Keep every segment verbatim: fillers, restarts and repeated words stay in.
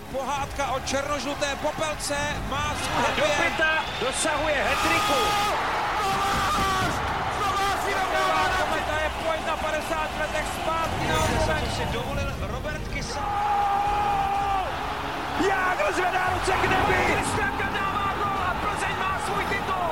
Pohádka o černožluté popelce má svůj happy end. Dopita dosahuje hat-tricku. Kometa je pojď na padesát letech zpátky na obloven. To si dovolil Robert Kysa. Jágr zvedá ruce k nebi. Kristianka dává gól a Plzeň má svůj titul.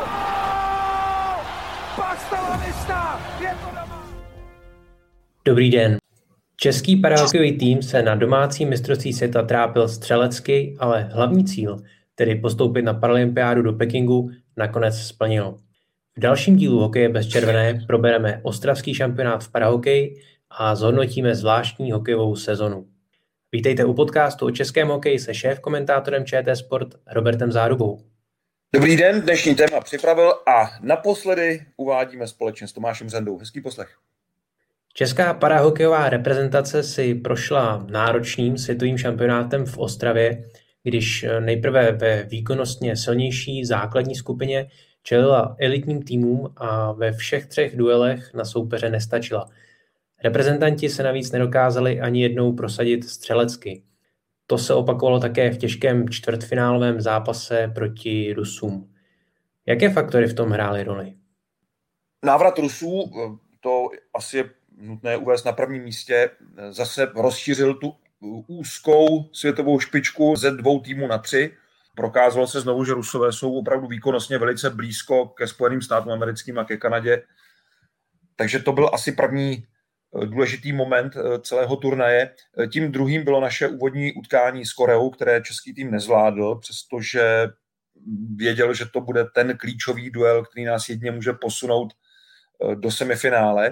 Pastalanista, je to doma. Dobrý den. Český parahokejový tým se na domácí mistrovství světa trápil střelecky, ale hlavní cíl, tedy postoupit na paralympiádu do Pekingu, nakonec splnil. V dalším dílu Hokeje bez červené probereme ostravský šampionát v parahokeji a zhodnotíme zvláštní hokejovou sezonu. Vítejte u podcastu o českém hokeji se šéf-komentátorem ČT Sport Robertem Zárubou. Dobrý den, dnešní téma připravil a naposledy uvádíme společně s Tomášem Zendou. Hezký poslech. Česká parahokejová reprezentace si prošla náročným světovým šampionátem v Ostravě, když nejprve ve výkonnostně silnější základní skupině čelila elitním týmům a ve všech třech duelech na soupeře nestačila. Reprezentanti se navíc nedokázali ani jednou prosadit střelecky. To se opakovalo také v těžkém čtvrtfinálovém zápase proti Rusům. Jaké faktory v tom hrály roli? Návrat Rusů, to asi je nutné uvést na prvním místě, zase rozšířil tu úzkou světovou špičku ze dvou týmů na tři. Prokázalo se znovu, že Rusové jsou opravdu výkonnostně velice blízko ke Spojeným státům americkým a ke Kanadě. Takže to byl asi první důležitý moment celého turnaje. Tím druhým bylo naše úvodní utkání s Koreou, které český tým nezvládl, přestože věděl, že to bude ten klíčový duel, který nás jedně může posunout do semifinále.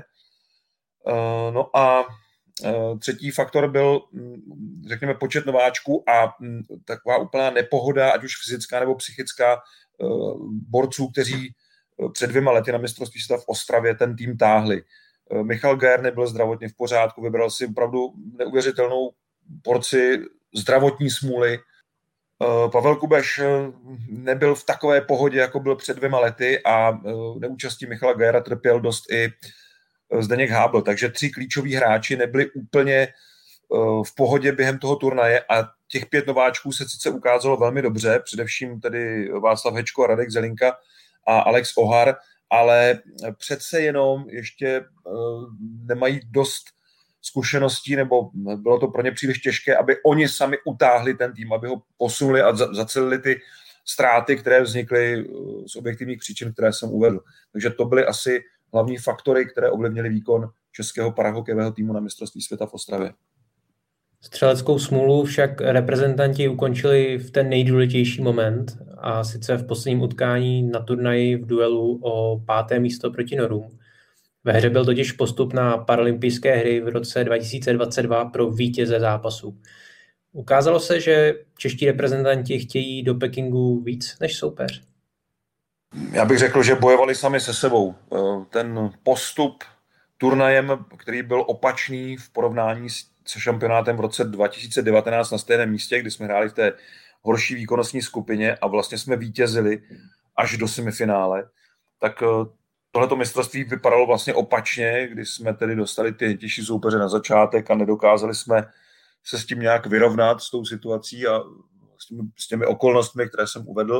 No a třetí faktor byl, řekněme, počet nováčků a taková úplná nepohoda, ať už fyzická nebo psychická, borců, kteří před dvěma lety na mistrovství světa v Ostravě ten tým táhli. Michal Gajer nebyl zdravotně v pořádku, vybral si opravdu neuvěřitelnou porci zdravotní smůly. Pavel Kubeš nebyl v takové pohodě, jako byl před dvěma lety a neúčastí Michala Gajera trpěl dost i Zdeněk Hábl, takže tři klíčoví hráči nebyli úplně v pohodě během toho turnaje a těch pět nováčků se sice ukázalo velmi dobře, především tedy Václav Hečko, Radek Zelinka a Alex Ohar, ale přece jenom ještě nemají dost zkušeností, nebo bylo to pro ně příliš těžké, aby oni sami utáhli ten tým, aby ho posunuli a zacelili ty ztráty, které vznikly z objektivních příčin, které jsem uvedl. Takže to byly asi hlavní faktory, které ovlivnily výkon českého parahokejového týmu na mistrovství světa v Ostravě. Střeleckou smůlu však reprezentanti ukončili v ten nejdůležitější moment, a sice v posledním utkání na turnaji v duelu o páté místo proti Norům. Ve hře byl totiž postup na paralympijské hry v roce dva tisíce dvacet dva pro vítěze zápasu. Ukázalo se, že čeští reprezentanti chtějí do Pekingu víc než soupeř. Já bych řekl, že bojovali sami se sebou. Ten postup turnajem, který byl opačný v porovnání se šampionátem v roce dva tisíce devatenáct na stejném místě, kdy jsme hráli v té horší výkonnostní skupině a vlastně jsme vítězili až do semifinále, tak tohleto mistrovství vypadalo vlastně opačně, kdy jsme tedy dostali ty nejtěžší soupeře na začátek a nedokázali jsme se s tím nějak vyrovnat, s tou situací a s těmi, s těmi okolnostmi, které jsem uvedl.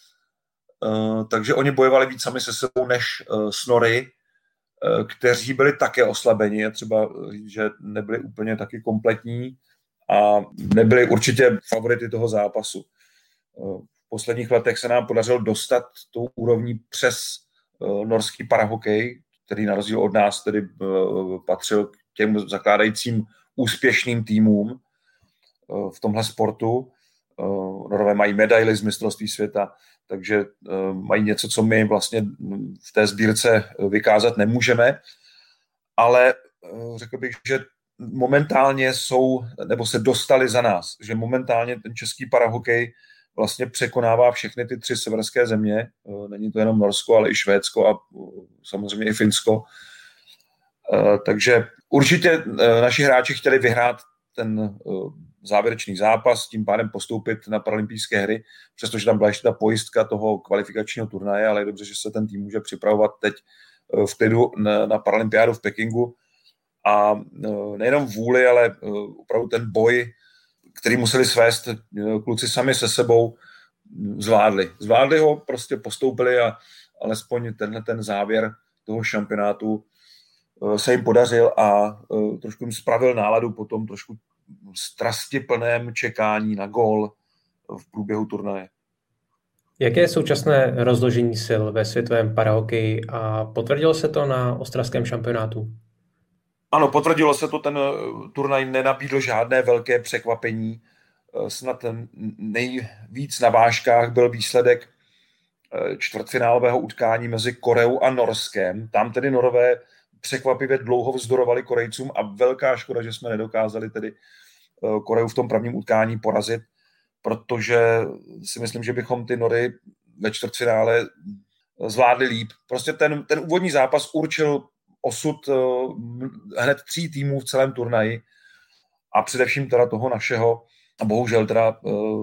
Uh, takže oni bojovali víc sami se sebou než uh, s Nory, uh, kteří byli také oslabeni. Třeba říct, že nebyli úplně taky kompletní a nebyli určitě favority toho zápasu. Uh, v posledních letech se nám podařilo dostat tou úrovní přes uh, norský parahokej, který na rozdíl od nás tedy uh, patřil k těm zakládajícím úspěšným týmům uh, v tomhle sportu. Uh, Norové mají medaily z mistrovství světa, takže uh, mají něco, co my vlastně v té sbírce vykázat nemůžeme, ale uh, řekl bych, že momentálně jsou, nebo se dostali za nás, že momentálně ten český parahokej vlastně překonává všechny ty tři severské země, uh, není to jenom Norsko, ale i Švédsko a uh, samozřejmě i Finsko. Uh, takže určitě uh, naši hráči chtěli vyhrát ten uh, závěrečný zápas, tím pádem postoupit na paralympijské hry, přestože tam byla ještě ta pojistka toho kvalifikačního turnaje, ale je dobře, že se ten tým může připravovat teď v klidu na, na paralympiádu v Pekingu. A nejenom vůli, ale opravdu ten boj, který museli svést kluci sami se sebou, zvládli. Zvládli ho, prostě postoupili a alespoň tenhle ten závěr toho šampionátu se jim podařil a trošku jim spravil náladu po tom trošku strastiplném čekání na gól v průběhu turnaje. Jaké je současné rozložení sil ve světovém parahokeji a potvrdilo se to na ostravském šampionátu? Ano, potvrdilo se to, ten turnaj nenabídl žádné velké překvapení. Snad nejvíc na vážkách byl výsledek čtvrtfinálového utkání mezi Koreou a Norskem. Tam tedy Norové překvapivě dlouho vzdorovali Korejcům a velká škoda, že jsme nedokázali tedy Koreu v tom prvním utkání porazit, protože si myslím, že bychom ty Nory ve čtvrtfinále zvládli líp. Prostě ten, ten úvodní zápas určil osud hned tří týmů v celém turnaji a především teda toho našeho. A bohužel teda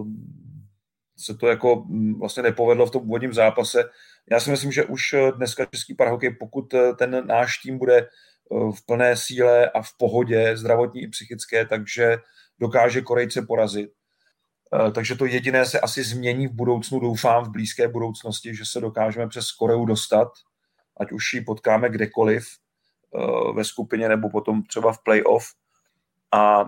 se to jako vlastně nepovedlo v tom úvodním zápase. Já si myslím, že už dneska český parahokej, pokud ten náš tým bude v plné síle a v pohodě, zdravotní i psychické, takže dokáže Korejce porazit. Takže to jediné se asi změní v budoucnu, doufám v blízké budoucnosti, že se dokážeme přes Koreu dostat, ať už ji potkáme kdekoliv ve skupině nebo potom třeba v playoff. A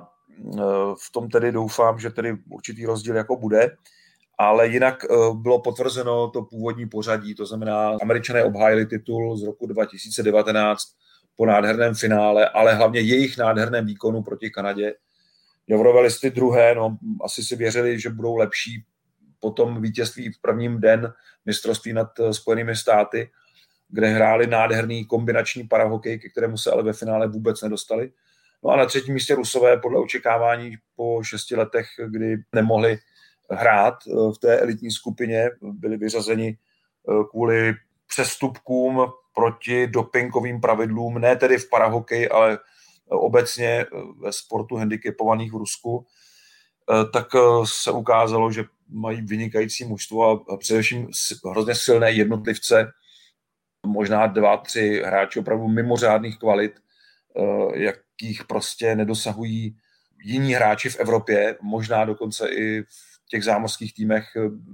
v tom tedy doufám, že tedy určitý rozdíl jako bude. Ale jinak bylo potvrzeno to původní pořadí, to znamená, Američané obhájili titul z roku dva tisíce devatenáct po nádherném finále, ale hlavně jejich nádherném výkonu proti Kanadě. Javorové listy druhé, no, asi si věřili, že budou lepší po tom vítězství v prvním den mistrovství nad Spojenými státy, kde hráli nádherný kombinační parahokej, ke kterému se ale ve finále vůbec nedostali. No a na třetím místě Rusové podle očekávání po šesti letech, kdy nemohli hrát v té elitní skupině, byli vyřazeni kvůli přestupkům proti dopingovým pravidlům, ne tedy v parahokeji, ale obecně ve sportu handicapovaných v Rusku, tak se ukázalo, že mají vynikající mužstvo a především hrozně silné jednotlivce, možná dva, tři hráči opravdu mimořádných kvalit, jakých prostě nedosahují jiní hráči v Evropě, možná dokonce i v těch zámořských týmech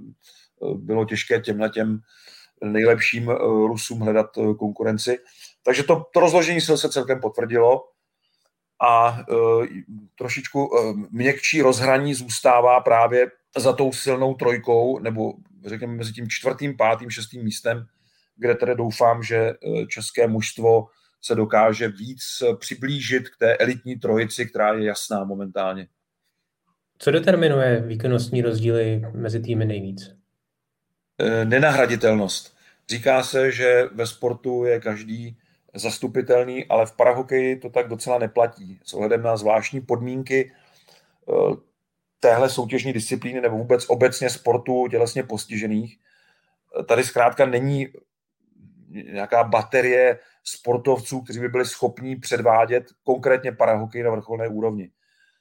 bylo těžké těmhletěm nejlepším Rusům hledat konkurenci. Takže to, to rozložení sil se celkem potvrdilo a e, trošičku e, měkčí rozhraní zůstává právě za tou silnou trojkou, nebo řekněme mezi tím čtvrtým, pátým, šestým místem, kde tedy doufám, že české mužstvo se dokáže víc přiblížit k té elitní trojici, která je jasná momentálně. Co determinuje výkonnostní rozdíly mezi týmy nejvíc? Nenahraditelnost. Říká se, že ve sportu je každý zastupitelný, ale v parahokeji to tak docela neplatí. S ohledem na zvláštní podmínky téhle soutěžní disciplíny nebo vůbec obecně sportu tělesně postižených, tady zkrátka není nějaká baterie sportovců, kteří by byli schopní předvádět konkrétně parahokej na vrcholné úrovni.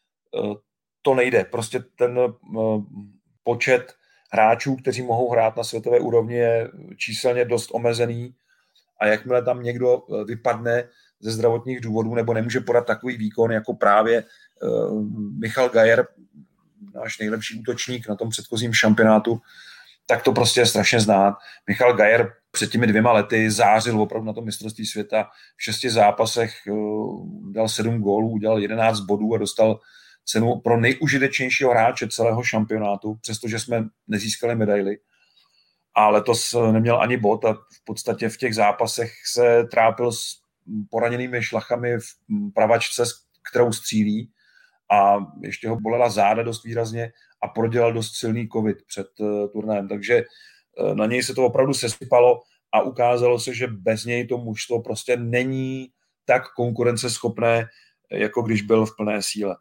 To nejde. Prostě ten počet hráčů, kteří mohou hrát na světové úrovni, je číselně dost omezený a jakmile tam někdo vypadne ze zdravotních důvodů nebo nemůže podat takový výkon jako právě Michal Gajer, náš nejlepší útočník na tom předchozím šampionátu, tak to prostě je strašně znát. Michal Gajer před těmi dvěma lety zářil opravdu na tom mistrovství světa. V šesti zápasech dal sedm gólů, udělal jedenáct bodů a dostal cenu pro nejužitečnějšího hráče celého šampionátu, přestože jsme nezískali medaily. A letos neměl ani bod a v podstatě v těch zápasech se trápil s poraněnými šlachami v pravačce, kterou střílí, a ještě ho bolela záda dost výrazně a prodělal dost silný covid před turnajem. Takže na něj se to opravdu sesypalo a ukázalo se, že bez něj to mužstvo prostě není tak konkurenceschopné, jako když byl v plné síle.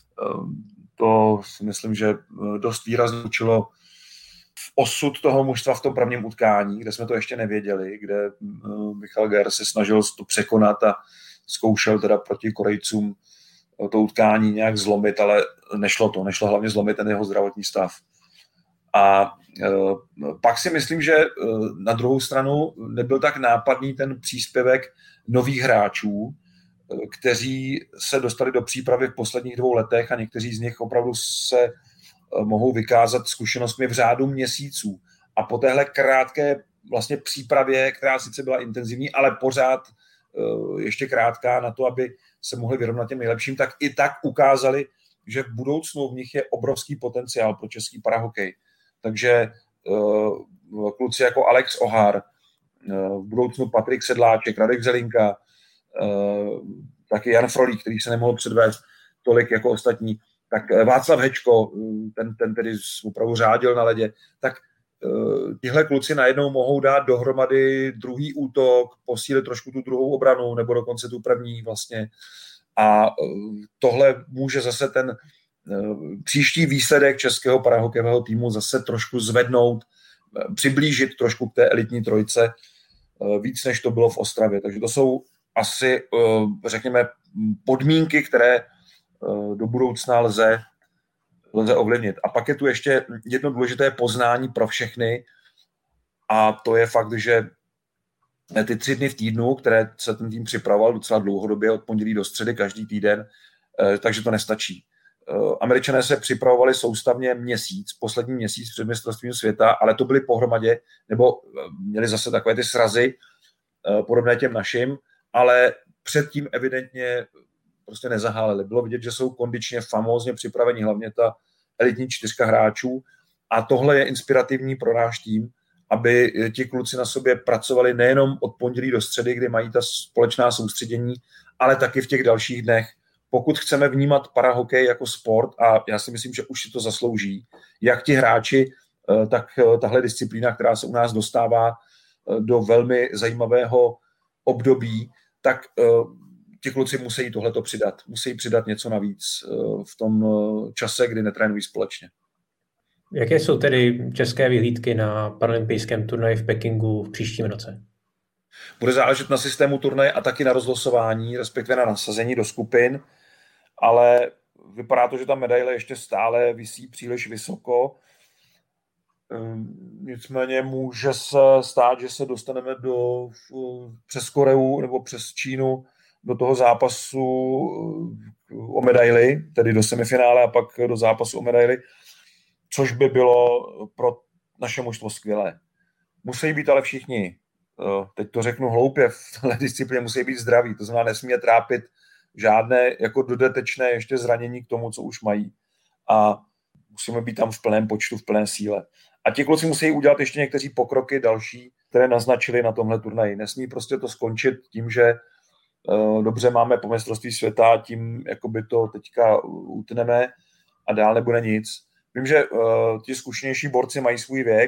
To si myslím, že dost výrazně učilo osud toho mužstva v tom prvním utkání, kde jsme to ještě nevěděli, kde Michal Gajer se snažil to překonat a zkoušel teda proti Korejcům to utkání nějak zlomit, ale nešlo to. Nešlo hlavně zlomit ten jeho zdravotní stav. A e, pak si myslím, že e, na druhou stranu nebyl tak nápadný ten příspěvek nových hráčů, kteří se dostali do přípravy v posledních dvou letech a někteří z nich opravdu se mohou vykázat zkušenostmi v řádu měsíců. A po téhle krátké vlastně přípravě, která sice byla intenzivní, ale pořád ještě krátká na to, aby se mohli vyrovnat těm nejlepším, tak i tak ukázali, že v budoucnu v nich je obrovský potenciál pro český parahokej. Takže uh, kluci jako Alex Ohar, uh, v budoucnu Patrik Sedláček, Radek Zelinka, uh, taky Jan Frolík, který se nemohl předvést tolik jako ostatní, tak Václav Hečko, ten, ten tedy opravdu řádil na ledě, tak uh, tihle kluci najednou mohou dát dohromady druhý útok, posílit trošku tu druhou obranu, nebo dokonce tu první vlastně. A tohle může zase ten příští výsledek českého parahokejového týmu zase trošku zvednout, přiblížit trošku k té elitní trojce víc, než to bylo v Ostravě. Takže to jsou asi, řekněme, podmínky, které do budoucna lze, lze ovlivnit. A pak je tu ještě jedno důležité poznání pro všechny a to je fakt, že ty tři dny v týdnu, které se ten tým připravoval docela dlouhodobě, od pondělí do středy každý týden, takže to nestačí. Američané se připravovali soustavně měsíc, poslední měsíc před mistrovstvím světa, ale to byly pohromadě, nebo měli zase takové ty srazy, podobné těm našim, ale předtím evidentně prostě nezaháleli. Bylo vidět, že jsou kondičně famózně připraveni, hlavně ta elitní čtyřka hráčů a tohle je inspirativní pro náš tým, aby ti kluci na sobě pracovali nejenom od pondělí do středy, kdy mají ta společná soustředění, ale taky v těch dalších dnech. Pokud chceme vnímat parahokej jako sport, a já si myslím, že už si to zaslouží, jak ti hráči, tak tahle disciplína, která se u nás dostává do velmi zajímavého období, tak ti kluci musí tohleto přidat. Musí přidat něco navíc v tom čase, kdy netrénují společně. Jaké jsou tedy české vyhlídky na paralympijském turnaji v Pekingu v příštím roce? Bude záležet na systému turnaje a taky na rozlosování, respektive na nasazení do skupin, ale vypadá to, že ta medaile ještě stále visí příliš vysoko. Nicméně může se stát, že se dostaneme do, přes Koreu nebo přes Čínu do toho zápasu o medaili, tedy do semifinále a pak do zápasu o medaili, což by bylo pro naše mužstvo skvělé. Musí být ale všichni, teď to řeknu hloupě, v téhle disciplíně musí být zdraví, to znamená nesmí je trápit žádné jako dodatečné ještě zranění k tomu, co už mají. A musíme být tam v plném počtu, v plné síle. A ti kluci musí udělat ještě někteří pokroky další, které naznačili na tomhle turnaji. Nesmí prostě to skončit tím, že uh, dobře máme po mistrovství světa, tím jakoby to teďka utneme a dál nebude nic. Vím, že uh, ti zkušenější borci mají svůj věk,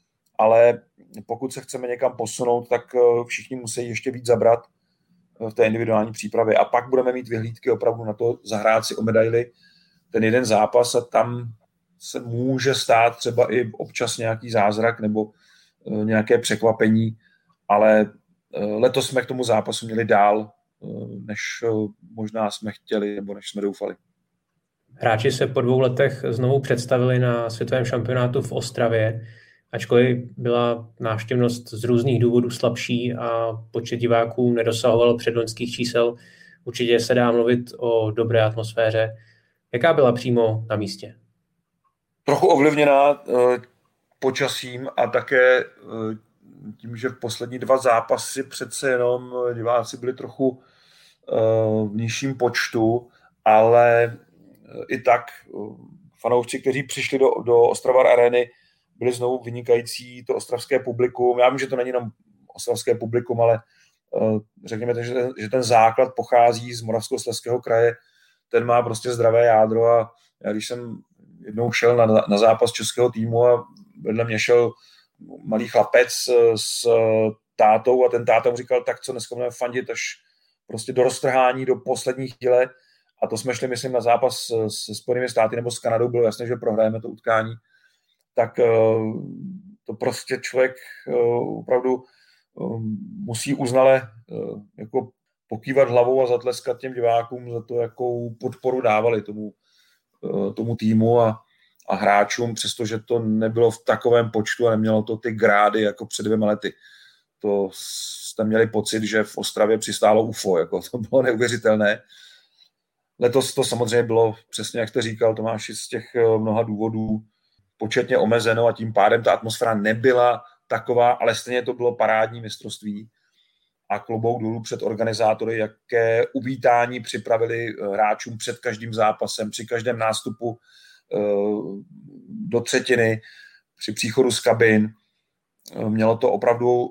ale pokud se chceme někam posunout, tak uh, všichni musí ještě víc zabrat v té individuální přípravě. A pak budeme mít vyhlídky opravdu na to zahrát si o medaili ten jeden zápas a tam se může stát třeba i občas nějaký zázrak nebo uh, nějaké překvapení, ale uh, letos jsme k tomu zápasu měli dál, uh, než uh, možná jsme chtěli nebo než jsme doufali. Hráči se po dvou letech znovu představili na světovém šampionátu v Ostravě, ačkoliv byla návštěvnost z různých důvodů slabší a počet diváků nedosahoval předloňských čísel. Určitě se dá mluvit o dobré atmosféře. Jaká byla přímo na místě? Trochu ovlivněná uh, počasím a také uh, tím, že v poslední dva zápasy přece jenom diváci byli trochu uh, v nižším počtu, ale uh, i tak uh, fanoušci, kteří přišli do, do Ostravar Areny, byli znovu vynikající to ostravské publikum. Já vím, že to není jenom ostravské publikum, ale uh, řekněme, že ten, že ten základ pochází z Moravskoslezského kraje, ten má prostě zdravé jádro a já když jsem jednou šel na, na zápas českého týmu a vedle mě šel malý chlapec s tátou a ten táta mu říkal, tak co dneska budeme fandit až prostě do roztrhání, do poslední chvíle a to jsme šli, myslím, na zápas se Spojenými státy nebo s Kanadou, bylo jasné, že prohrajeme to utkání, tak to prostě člověk opravdu musí uznale jako pokývat hlavou a zatleskat těm divákům za to, jakou podporu dávali tomu, tomu týmu a, a hráčům, přestože to nebylo v takovém počtu a nemělo to ty grády jako před dvěma lety. to jste měli pocit, že v Ostravě přistálo U F O, jako to bylo neuvěřitelné. Letos to samozřejmě bylo přesně, jak jste říkal, Tomáši, z těch mnoha důvodů početně omezeno a tím pádem ta atmosféra nebyla taková, ale stejně to bylo parádní mistrovství a klobouk dolů před organizátory, jaké uvítání připravili hráčům před každým zápasem, při každém nástupu do třetiny, při příchodu z kabin. Mělo to opravdu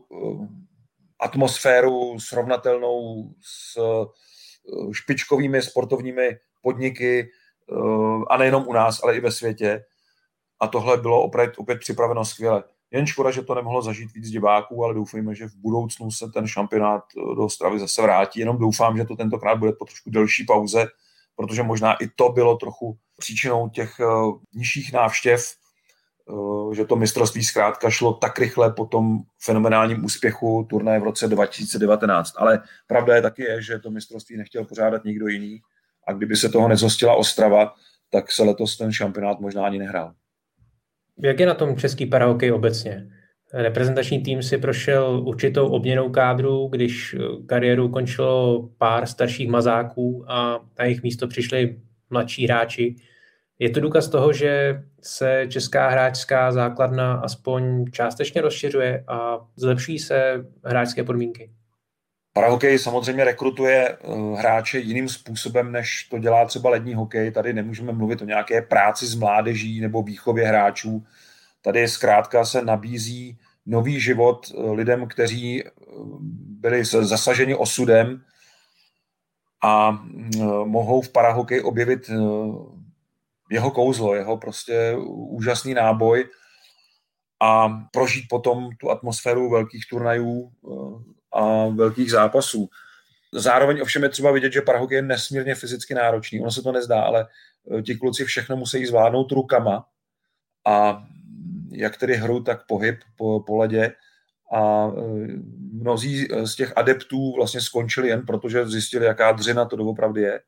atmosféru srovnatelnou s špičkovými sportovními podniky a nejenom u nás, ale i ve světě. A tohle bylo opět, opět připraveno skvěle. Jen škoda, že to nemohlo zažít víc diváků, ale doufejme, že v budoucnu se ten šampionát do Ostravy zase vrátí. Jenom doufám, že to tentokrát bude po trošku delší pauze, protože možná i to bylo trochu příčinou těch nižších návštěv, že to mistrovství zkrátka šlo tak rychle po tom fenomenálním úspěchu turnaje v roce dva tisíce devatenáct. Ale pravda je taky je, že to mistrovství nechtěl pořádat nikdo jiný a kdyby se toho nezhostila Ostrava, tak se letos ten šampionát možná ani nehrál. Jak je na tom český parahokej obecně? Reprezentační tým si prošel určitou obměnou kádru, když kariéru končilo pár starších mazáků a na jejich místo přišli mladší hráči. Je to důkaz toho, že se česká hráčská základna aspoň částečně rozšiřuje a zlepší se hráčské podmínky? Parahokej samozřejmě rekrutuje hráče jiným způsobem, než to dělá třeba lední hokej. Tady nemůžeme mluvit o nějaké práci s mládeží nebo výchově hráčů. Tady zkrátka se nabízí nový život lidem, kteří byli zasaženi osudem a mohou v parahokej objevit jeho kouzlo, jeho prostě úžasný náboj a prožít potom tu atmosféru velkých turnajů a velkých zápasů. Zároveň ovšem je třeba vidět, že parahokej je nesmírně fyzicky náročný. Ono se to nezdá, ale ti kluci všechno musí zvládnout rukama a jak tedy hru, tak pohyb po, po ledě a mnozí z těch adeptů vlastně skončili jen protože zjistili, jaká dřina to doopravdy je.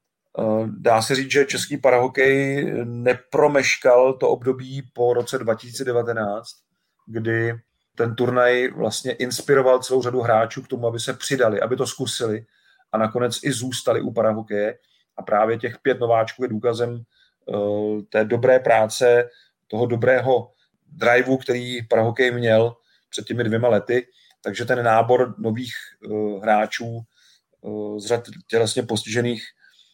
Dá se říct, že český parahokej nepromeškal to období po roce dva tisíce devatenáct, kdy ten turnaj vlastně inspiroval celou řadu hráčů k tomu, aby se přidali, aby to zkusili a nakonec i zůstali u parahokeje. A právě těch pět nováčků je důkazem uh, té dobré práce, toho dobrého driveu, který parahokej měl před těmi dvěma lety. Takže ten nábor nových uh, hráčů uh, z řad tělesně postižených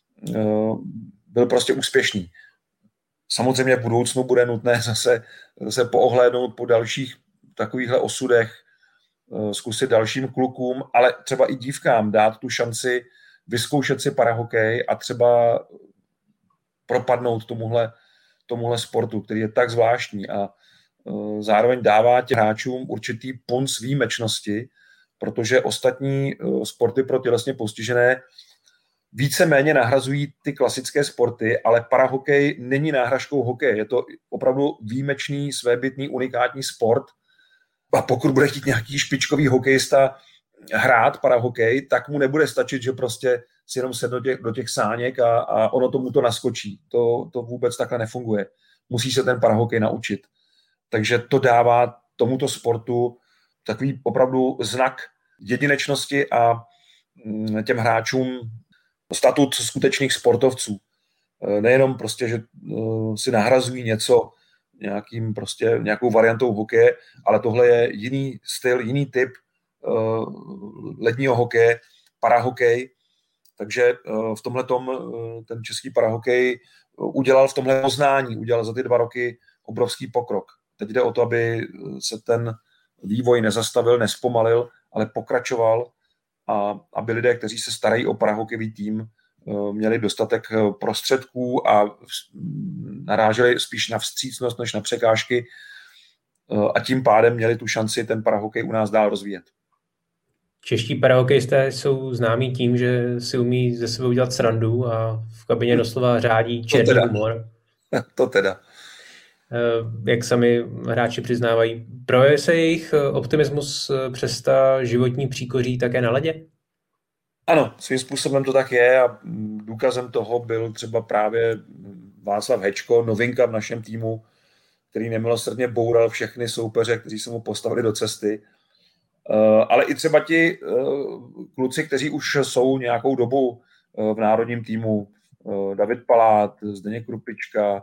uh, byl prostě úspěšný. Samozřejmě v budoucnu bude nutné zase se poohlédnout po dalších takovýchhle osudech, zkusit dalším klukům, ale třeba i dívkám dát tu šanci vyzkoušet si parahokej a třeba propadnout tomuhle, tomuhle sportu, který je tak zvláštní a zároveň dává těm hráčům určitý punc výjimečnosti, protože ostatní sporty pro tělesně postižené víceméně nahrazují ty klasické sporty, ale parahokej není náhražkou hokeje. Je to opravdu výjimečný, svébytný, unikátní sport. A pokud bude chtít nějaký špičkový hokejista hrát parahokej, tak mu nebude stačit, že prostě si jenom sedne do těch, do těch sáněk a, a ono tomu to naskočí. To, to vůbec takhle nefunguje. Musí se ten parahokej naučit. Takže to dává tomuto sportu takový opravdu znak jedinečnosti a těm hráčům statut skutečných sportovců. Nejenom prostě, že si nahrazují něco nějakým prostě, nějakou variantou hokeje, ale tohle je jiný styl, jiný typ uh, ledního hokeje, parahokej. Takže uh, v tomhletom uh, ten český parahokej udělal v tomhle poznání, udělal za ty dva roky obrovský pokrok. Teď jde o to, aby se ten vývoj nezastavil, nespomalil, ale pokračoval a aby lidé, kteří se starají o parahokejový tým, měli dostatek prostředků a naráželi spíš na vstřícnost než na překážky a tím pádem měli tu šanci ten parahokej u nás dál rozvíjet. Čeští parahokejisté jsou známí tím, že si umí ze sebe udělat srandu a v kabině doslova řádí černý humor. To teda. Jak sami hráči přiznávají. Projevuje se jejich optimismus přes ta životní příkoří také na ledě? Ano, svým způsobem to tak je a důkazem toho byl třeba právě Václav Hečko, novinka v našem týmu, který nemilosrdně boural všechny soupeře, kteří se mu postavili do cesty Ale i třeba ti kluci, kteří už jsou nějakou dobu v národním týmu, David Palát, Zdeněk Krupička,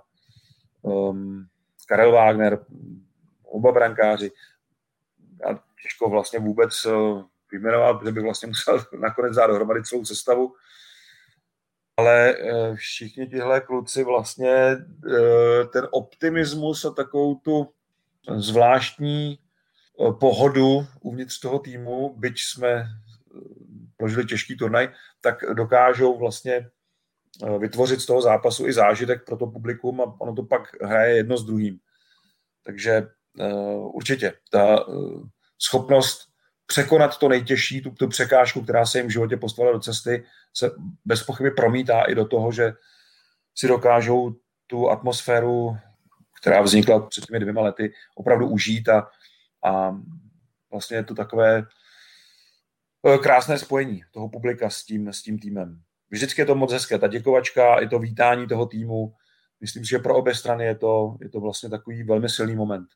Karel Wagner, oba brankáři. Já těžko vlastně vůbec vyjmenovat, protože by vlastně musel nakonec dát dohromady celou sestavu. Ale všichni tihle kluci vlastně ten optimismus a takovou tu zvláštní pohodu uvnitř toho týmu, byť jsme prožili těžký turnaj, tak dokážou vlastně vytvořit z toho zápasu i zážitek pro to publikum a ono to pak hraje jedno s druhým. Takže uh, určitě ta uh, schopnost překonat to nejtěžší, tu, tu překážku, která se jim v životě postavila do cesty, se bez pochyby promítá i do toho, že si dokážou tu atmosféru, která vznikla před těmi dvěma lety, opravdu užít a, a vlastně je to takové krásné spojení toho publika s tím, s tím týmem. Vždycky je to moc hezké, ta děkovačka, i to vítání toho týmu. Myslím si, že pro obě strany je to, je to vlastně takový velmi silný moment.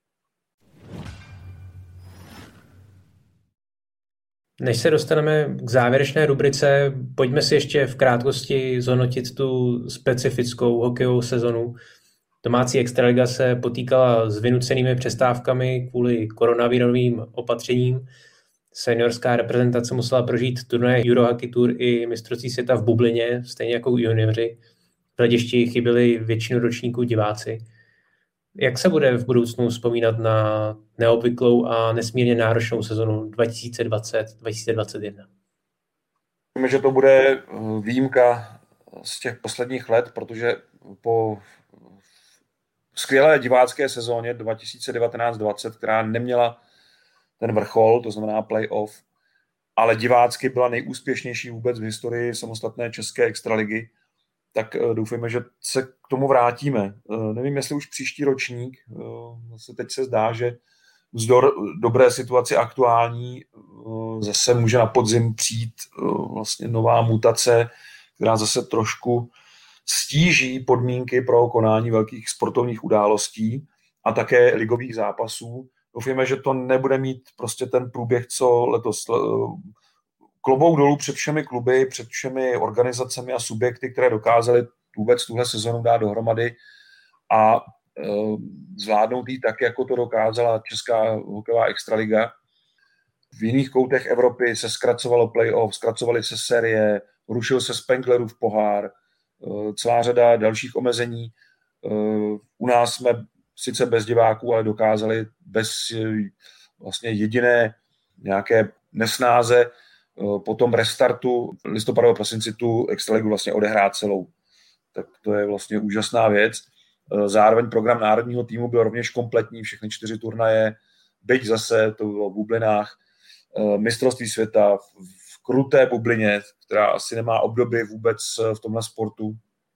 Než se dostaneme k závěrečné rubrice, pojďme si ještě v krátkosti zhodnotit tu specifickou hokejovou sezonu. Domácí extraliga se potýkala s vynucenými přestávkami kvůli koronavirovým opatřením. Seniorská reprezentace musela prožít turnaje Eurohockey Tour i mistrovství světa v bublině, stejně jako junioři. V hledišti chyběli většinu ročníků diváci. Jak se bude v budoucnu vzpomínat na neobvyklou a nesmírně náročnou sezonu dva tisíce dvacet dva tisíce dvacet jedna? Myslím, že to bude výjimka z těch posledních let, protože po skvělé divácké sezóně dva tisíce devatenáct dvacet, která neměla ten vrchol, to znamená playoff, ale divácky byla nejúspěšnější vůbec v historii samostatné české extraligy, tak doufujeme, že se k tomu vrátíme. Nevím, jestli už příští ročník, zase teď se zdá, že vzdor dobré situaci aktuální zase může na podzim přijít vlastně nová mutace, která zase trošku stíží podmínky pro konání velkých sportovních událostí a také ligových zápasů. Doufujeme, že to nebude mít prostě ten průběh, co letos. Klobouk dolů před všemi kluby, před všemi organizacemi a subjekty, které dokázaly vůbec tuhle sezonu dát dohromady a e, zvládnout ji tak, jako to dokázala Česká hokejová extraliga. V jiných koutech Evropy se zkracovalo playoff, zkracovaly se série, rušil se Spenglerův pohár, e, celá řada dalších omezení. E, u nás jsme sice bez diváků, ale dokázali bez vlastně jediné nějaké nesnáze po tom restartu listopadového prosinci tu extraligu vlastně odehrát celou. Tak to je vlastně úžasná věc. Zároveň program národního týmu byl rovněž kompletní, všechny čtyři turnaje, byť zase to bylo v bublinách, mistrovství světa v kruté bublině, která asi nemá obdoby vůbec v tomhle sportu.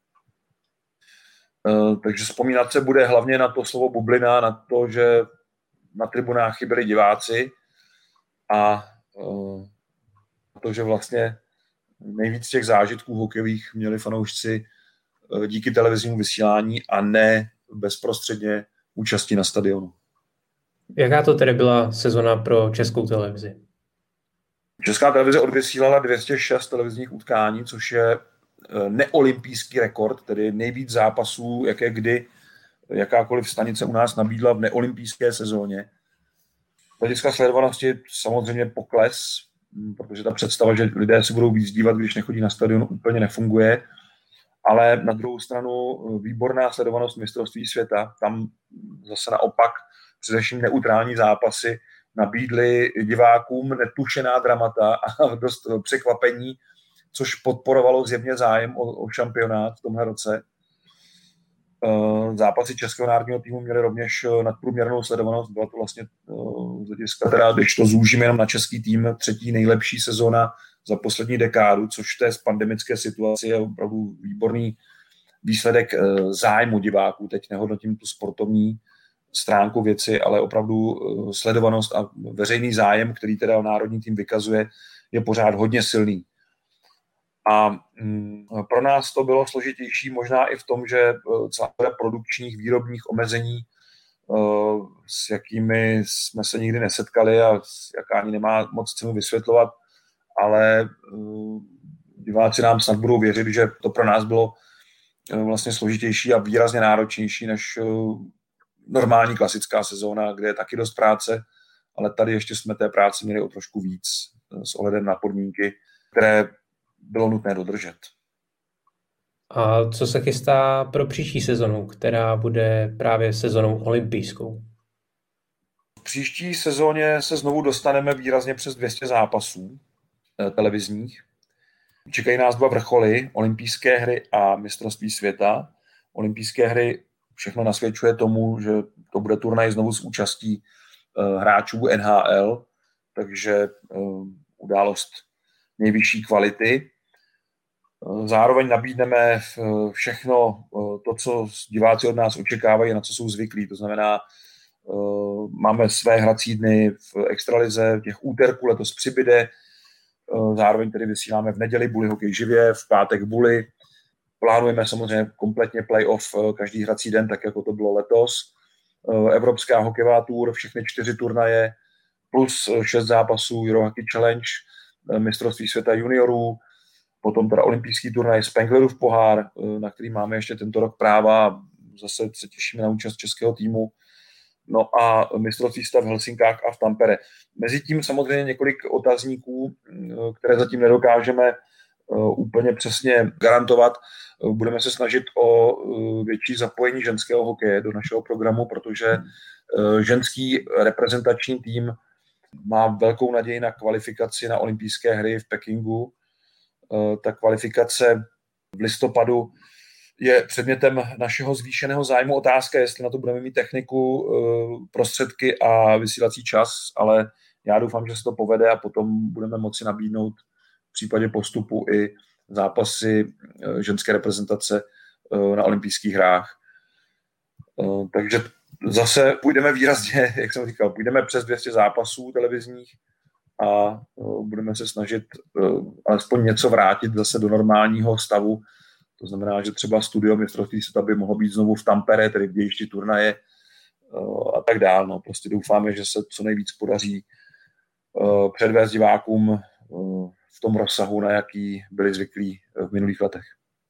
Takže vzpomínat se bude hlavně na to slovo bublina, na to, že na tribunách chyběli diváci a to, že vlastně nejvíc těch zážitků hokejových měli fanoušci díky televiznímu vysílání a ne bezprostředně účasti na stadionu. Jaká to tedy byla sezona pro Českou televizi? Česká televize odvysílala dvě stě šest televizních utkání, což je neolympijský rekord, tedy nejvíc zápasů, jaké kdy jakákoliv stanice u nás nabídla v neolympijské sezóně. Z hlediska sledovanosti samozřejmě pokles, protože ta představa, že lidé si budou víc dívat, když nechodí na stadion, úplně nefunguje. Ale na druhou stranu výborná sledovanost mistrovství světa. Tam zase naopak především neutrální zápasy nabídly divákům netušená dramata a dost překvapení, což podporovalo zjevně zájem o, o šampionát v tomhle roce. Zápasy českého národního týmu měly rovněž nadprůměrnou sledovanost. Byla to vlastně z hlediska, teda, když to zúžíme jenom na český tým, třetí nejlepší sezóna za poslední dekádu, což v té pandemické situaci je opravdu výborný výsledek zájmu diváků. Teď nehodnotím tu sportovní stránku věci, ale opravdu sledovanost a veřejný zájem, který teda národní tým vykazuje, je pořád hodně silný. A pro nás to bylo složitější možná i v tom, že celá řada produkčních výrobních omezení s jakými jsme se nikdy nesetkali a jaká ani nemá moc cenu vysvětlovat, ale diváci nám snad budou věřit, že to pro nás bylo vlastně složitější a výrazně náročnější než normální klasická sezóna, kde je taky dost práce, ale tady ještě jsme té práce měli o trošku víc s ohledem na podmínky, které bylo nutné dodržet. A co se chystá pro příští sezonu, která bude právě sezonou olympijskou? V příští sezóně se znovu dostaneme výrazně přes dvě stě zápasů eh, televizních. Čekají nás dva vrcholy, olympijské hry a mistrovství světa. Olympijské hry všechno nasvědčuje tomu, že to bude turnaj znovu s účastí eh, hráčů N H L, takže eh, událost nejvyšší kvality. Zároveň nabídneme všechno to, co diváci od nás očekávají, na co jsou zvyklí. To znamená, máme své hrací dny v extralize, těch úterků letos přibyde. Zároveň tedy vysíláme v neděli Bully hokej živě, v pátek Bully. Plánujeme samozřejmě kompletně playoff každý hrací den, tak jako to bylo letos. Evropská hokejová tour, všechny čtyři turnaje, plus šest zápasů Euro Hockey Challenge, mistrovství světa juniorů, potom teda olympijský turnaj Spenglerův pohár, na který máme ještě tento rok práva a zase se těšíme na účast českého týmu. No a mistrovství světa v Helsinkách a v Tampere. Mezitím samozřejmě několik otazníků, které zatím nedokážeme úplně přesně garantovat. Budeme se snažit o větší zapojení ženského hokeje do našeho programu, protože ženský reprezentační tým má velkou naději na kvalifikaci na olympijské hry v Pekingu. Ta kvalifikace v listopadu je předmětem našeho zvýšeného zájmu. Otázka, jestli na to budeme mít techniku, prostředky a vysílací čas, ale já doufám, že se to povede a potom budeme moci nabídnout v případě postupu i zápasy ženské reprezentace na olympijských hrách. Takže zase půjdeme výrazně, jak jsem říkal, půjdeme přes dvě stě zápasů televizních a budeme se snažit alespoň něco vrátit zase do normálního stavu. To znamená, že třeba studio mistrovství světa by mohlo být znovu v Tampere, tedy v dějišti turnaje a tak dále. No, prostě doufáme, že se co nejvíc podaří předvést divákům v tom rozsahu, na jaký byli zvyklí v minulých letech.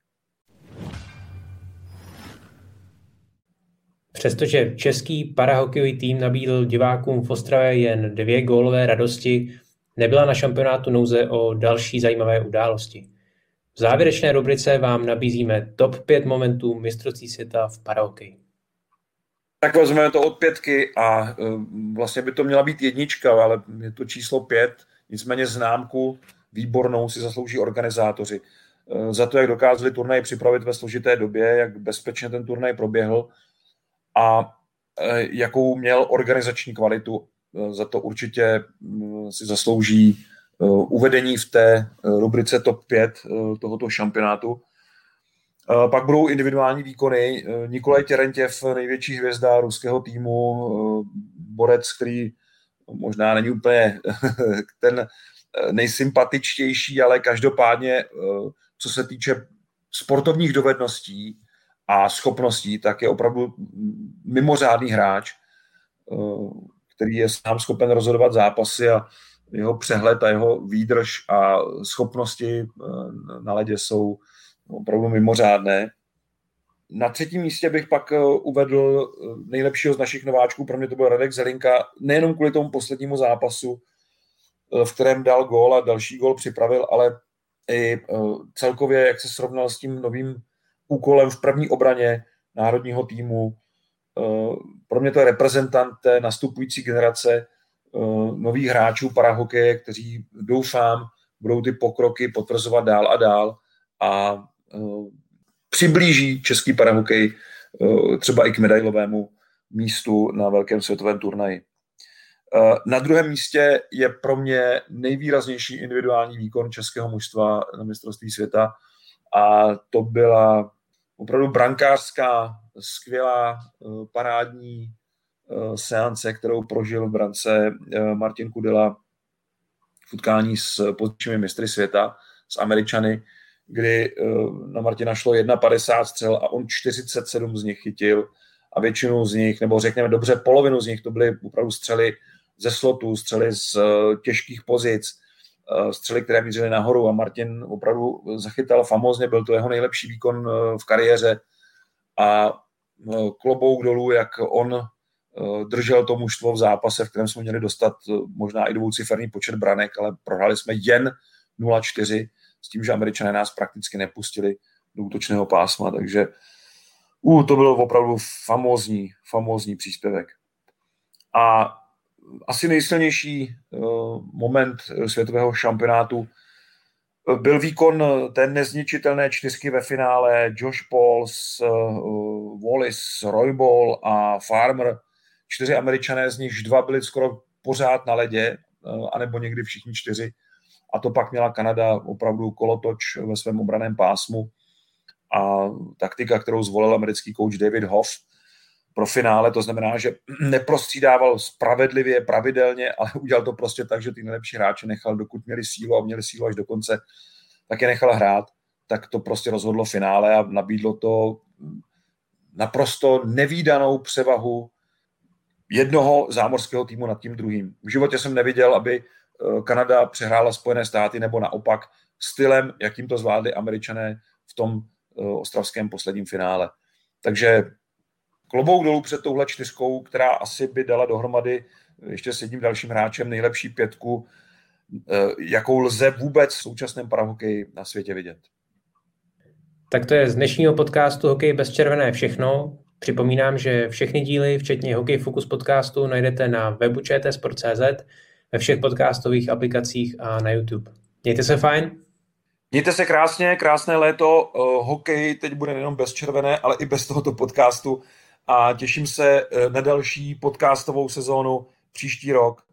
Přestože český parahokejový tým nabídl divákům v Ostravě jen dvě gólové radosti, nebyla na šampionátu nouze o další zajímavé události. V závěrečné rubrice vám nabízíme top pět momentů mistrovství světa v parahokeji. Tak vezmeme to od pětky a vlastně by to měla být jednička, ale je to číslo pět, nicméně známku výbornou si zaslouží organizátoři. Za to, jak dokázali turnaj připravit ve složité době, jak bezpečně ten turnaj proběhl a jakou měl organizační kvalitu. Za to určitě si zaslouží uvedení v té rubrice top pět tohoto šampionátu. Pak budou individuální výkony. Nikolaj Těrentěv, největší hvězda ruského týmu, borec, který možná není úplně ten nejsympatičtější, ale každopádně, co se týče sportovních dovedností a schopností, tak je opravdu mimořádný hráč, který je sám schopen rozhodovat zápasy a jeho přehled a jeho výdrž a schopnosti na ledě jsou opravdu mimořádné. Na třetím místě bych pak uvedl nejlepšího z našich nováčků, pro mě to byl Radek Zelinka, nejenom kvůli tomu poslednímu zápasu, v kterém dal gól a další gól připravil, ale i celkově, jak se srovnal s tím novým úkolem v první obraně národního týmu. Pro mě to je reprezentant té nastupující generace nových hráčů parahokeje, kteří doufám budou ty pokroky potvrzovat dál a dál a přiblíží český parahokej třeba i k medailovému místu na velkém světovém turnaji. Na druhém místě je pro mě nejvýraznější individuální výkon českého mužstva na mistrovství světa a to byla opravdu brankářská, skvělá, parádní seance, kterou prožil v brance Martin Kudela v utkání s pozdějšími mistry světa, s Američany, kdy na Martina šlo jedna padesát střel a on čtyřicet sedm z nich chytil a většinu z nich, nebo řekněme dobře polovinu z nich, to byly opravdu střely ze slotu, střely z těžkých pozic, střely, které mířily nahoru a Martin opravdu zachytal famózně, byl to jeho nejlepší výkon v kariéře a klobouk dolů, jak on držel to mužstvo v zápase, v kterém jsme měli dostat možná i dvouciferný počet branek, ale prohráli jsme jen nula čtyři s tím, že Američané nás prakticky nepustili do útočného pásma, takže uh, to byl opravdu famózní, famózní příspěvek. A asi nejsilnější uh, moment světového šampionátu byl výkon té nezničitelné čtyřky ve finále Josh Pauls, uh, Wallace, Roybal a Farmer. Čtyři Američané, z nich dva byli skoro pořád na ledě, uh, anebo někdy všichni čtyři. A to pak měla Kanada opravdu kolotoč ve svém obranném pásmu. A taktika, kterou zvolil americký kouč David Hoff pro finále, to znamená, že neprostřídával spravedlivě, pravidelně, ale udělal to prostě tak, že ty nejlepší hráče nechal, dokud měli sílu a měli sílu až do konce, tak je nechal hrát, tak to prostě rozhodlo finále a nabídlo to naprosto nevídanou převahu jednoho zámořského týmu nad tím druhým. V životě jsem neviděl, aby Kanada přehrála Spojené státy nebo naopak stylem, jakým to zvládli Američané v tom ostravském posledním finále. Takže klobouk dolů před touhle čtyřkou, která asi by dala dohromady ještě s jedním dalším hráčem nejlepší pětku, jakou lze vůbec v současném parahokeji na světě vidět. Tak to je z dnešního podcastu Hokej bez červené všechno. Připomínám, že všechny díly, včetně Hokej Focus podcastu, najdete na webu č t sport tečka c z, ve všech podcastových aplikacích a na YouTube. Mějte se fajn. Mějte se krásně, krásné léto. Hokej teď bude nejenom bez červené, ale i bez tohoto podcastu a těším se na další podcastovou sezónu příští rok.